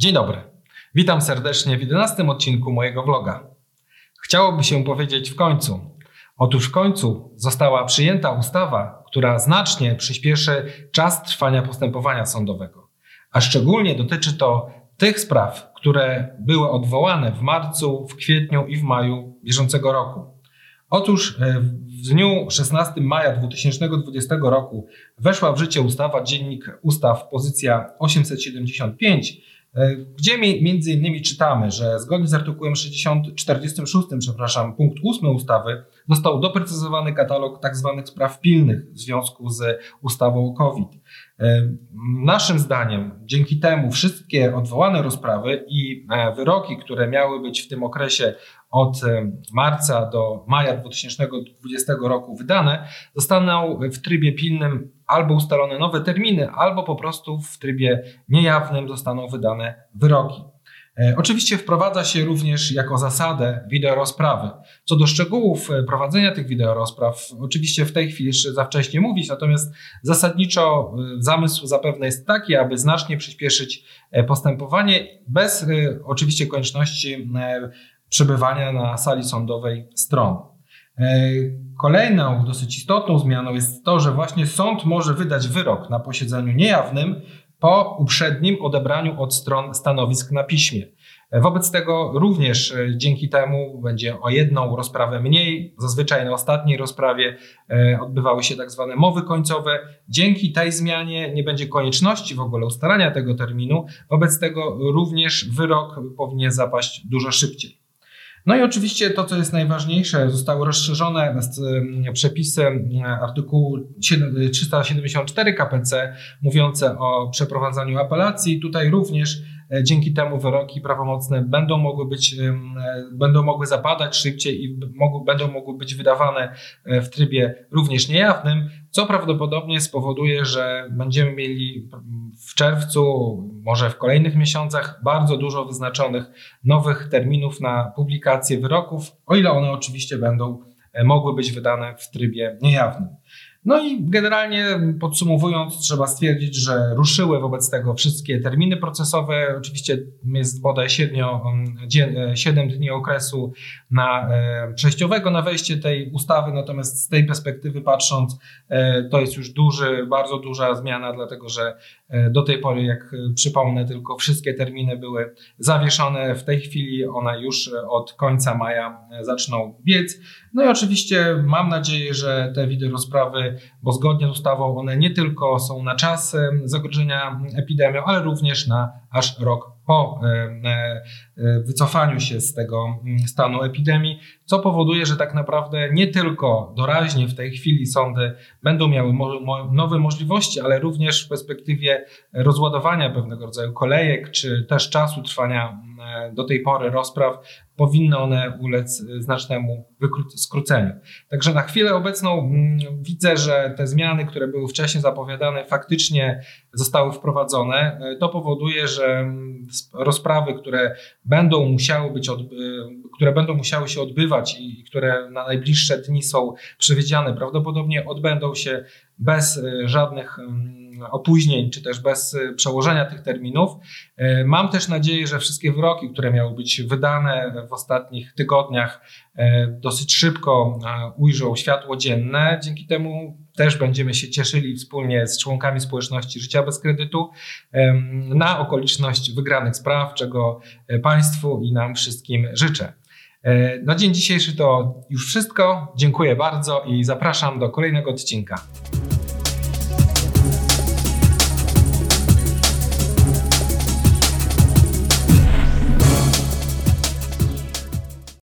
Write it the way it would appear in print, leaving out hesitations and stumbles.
Dzień dobry, witam serdecznie w 11 odcinku mojego vloga. Chciałoby się powiedzieć w końcu. Otóż w końcu została przyjęta ustawa, która znacznie przyspieszy czas trwania postępowania sądowego. A szczególnie dotyczy to tych spraw, które były odwołane w marcu, w kwietniu i w maju bieżącego roku. Otóż w dniu 16 maja 2020 roku weszła w życie ustawa Dziennik Ustaw pozycja 875, gdzie między innymi czytamy, że zgodnie z artykułem 46, punkt 8 ustawy został doprecyzowany katalog tzw. spraw pilnych w związku z ustawą o COVID. Naszym zdaniem dzięki temu wszystkie odwołane rozprawy i wyroki, które miały być w tym okresie od marca do maja 2020 roku wydane, zostaną w trybie pilnym albo ustalone nowe terminy, albo po prostu w trybie niejawnym zostaną wydane wyroki. Oczywiście wprowadza się również jako zasadę wideorozprawy. Co do szczegółów prowadzenia tych wideorozpraw, oczywiście w tej chwili jeszcze za wcześnie mówić, natomiast zasadniczo zamysł zapewne jest taki, aby znacznie przyspieszyć postępowanie bez oczywiście konieczności przebywania na sali sądowej stron. Kolejną dosyć istotną zmianą jest to, że właśnie sąd może wydać wyrok na posiedzeniu niejawnym po uprzednim odebraniu od stron stanowisk na piśmie. Wobec tego również dzięki temu będzie o jedną rozprawę mniej. Zazwyczaj na ostatniej rozprawie odbywały się tak zwane mowy końcowe. Dzięki tej zmianie nie będzie konieczności w ogóle ustalania tego terminu. Wobec tego również wyrok powinien zapaść dużo szybciej. No i oczywiście to, co jest najważniejsze, zostały rozszerzone przepisy artykułu 374 k.p.c. mówiące o przeprowadzaniu apelacji. Tutaj również dzięki temu wyroki prawomocne będą mogły zapadać szybciej i będą mogły być wydawane w trybie również niejawnym, co prawdopodobnie spowoduje, że będziemy mieli w czerwcu, może w kolejnych miesiącach bardzo dużo wyznaczonych nowych terminów na publikację wyroków, o ile one oczywiście będą mogły być wydane w trybie niejawnym. No i generalnie podsumowując, trzeba stwierdzić, że ruszyły wobec tego wszystkie terminy procesowe. Oczywiście jest bodaj 7 dni okresu przejściowego na wejście tej ustawy, natomiast z tej perspektywy patrząc, to jest już bardzo duża zmiana, dlatego że do tej pory, jak przypomnę, tylko wszystkie terminy były zawieszone. W tej chwili one już od końca maja zaczną biec. No i oczywiście mam nadzieję, że te wideorozprawy, bo zgodnie z ustawą one nie tylko są na czas zagrożenia epidemią, ale również na aż rok po wycofaniu się z tego stanu epidemii, co powoduje, że tak naprawdę nie tylko doraźnie w tej chwili sądy będą miały nowe możliwości, ale również w perspektywie rozładowania pewnego rodzaju kolejek, czy też czasu trwania do tej pory rozpraw, powinny one ulec znacznemu skróceniu. Także na chwilę obecną widzę, że te zmiany, które były wcześniej zapowiadane, faktycznie zostały wprowadzone. To powoduje, że rozprawy, które będą musiały się odbywać i które na najbliższe dni są przewidziane, prawdopodobnie odbędą się bez żadnych opóźnień, czy też bez przełożenia tych terminów. Mam też nadzieję, że wszystkie wyroki, które miały być wydane w ostatnich tygodniach, dosyć szybko ujrzą światło dzienne. Dzięki temu też będziemy się cieszyli wspólnie z członkami społeczności Życia bez kredytu na okoliczność wygranych spraw, czego Państwu i nam wszystkim życzę. Na dzień dzisiejszy to już wszystko. Dziękuję bardzo i zapraszam do kolejnego odcinka.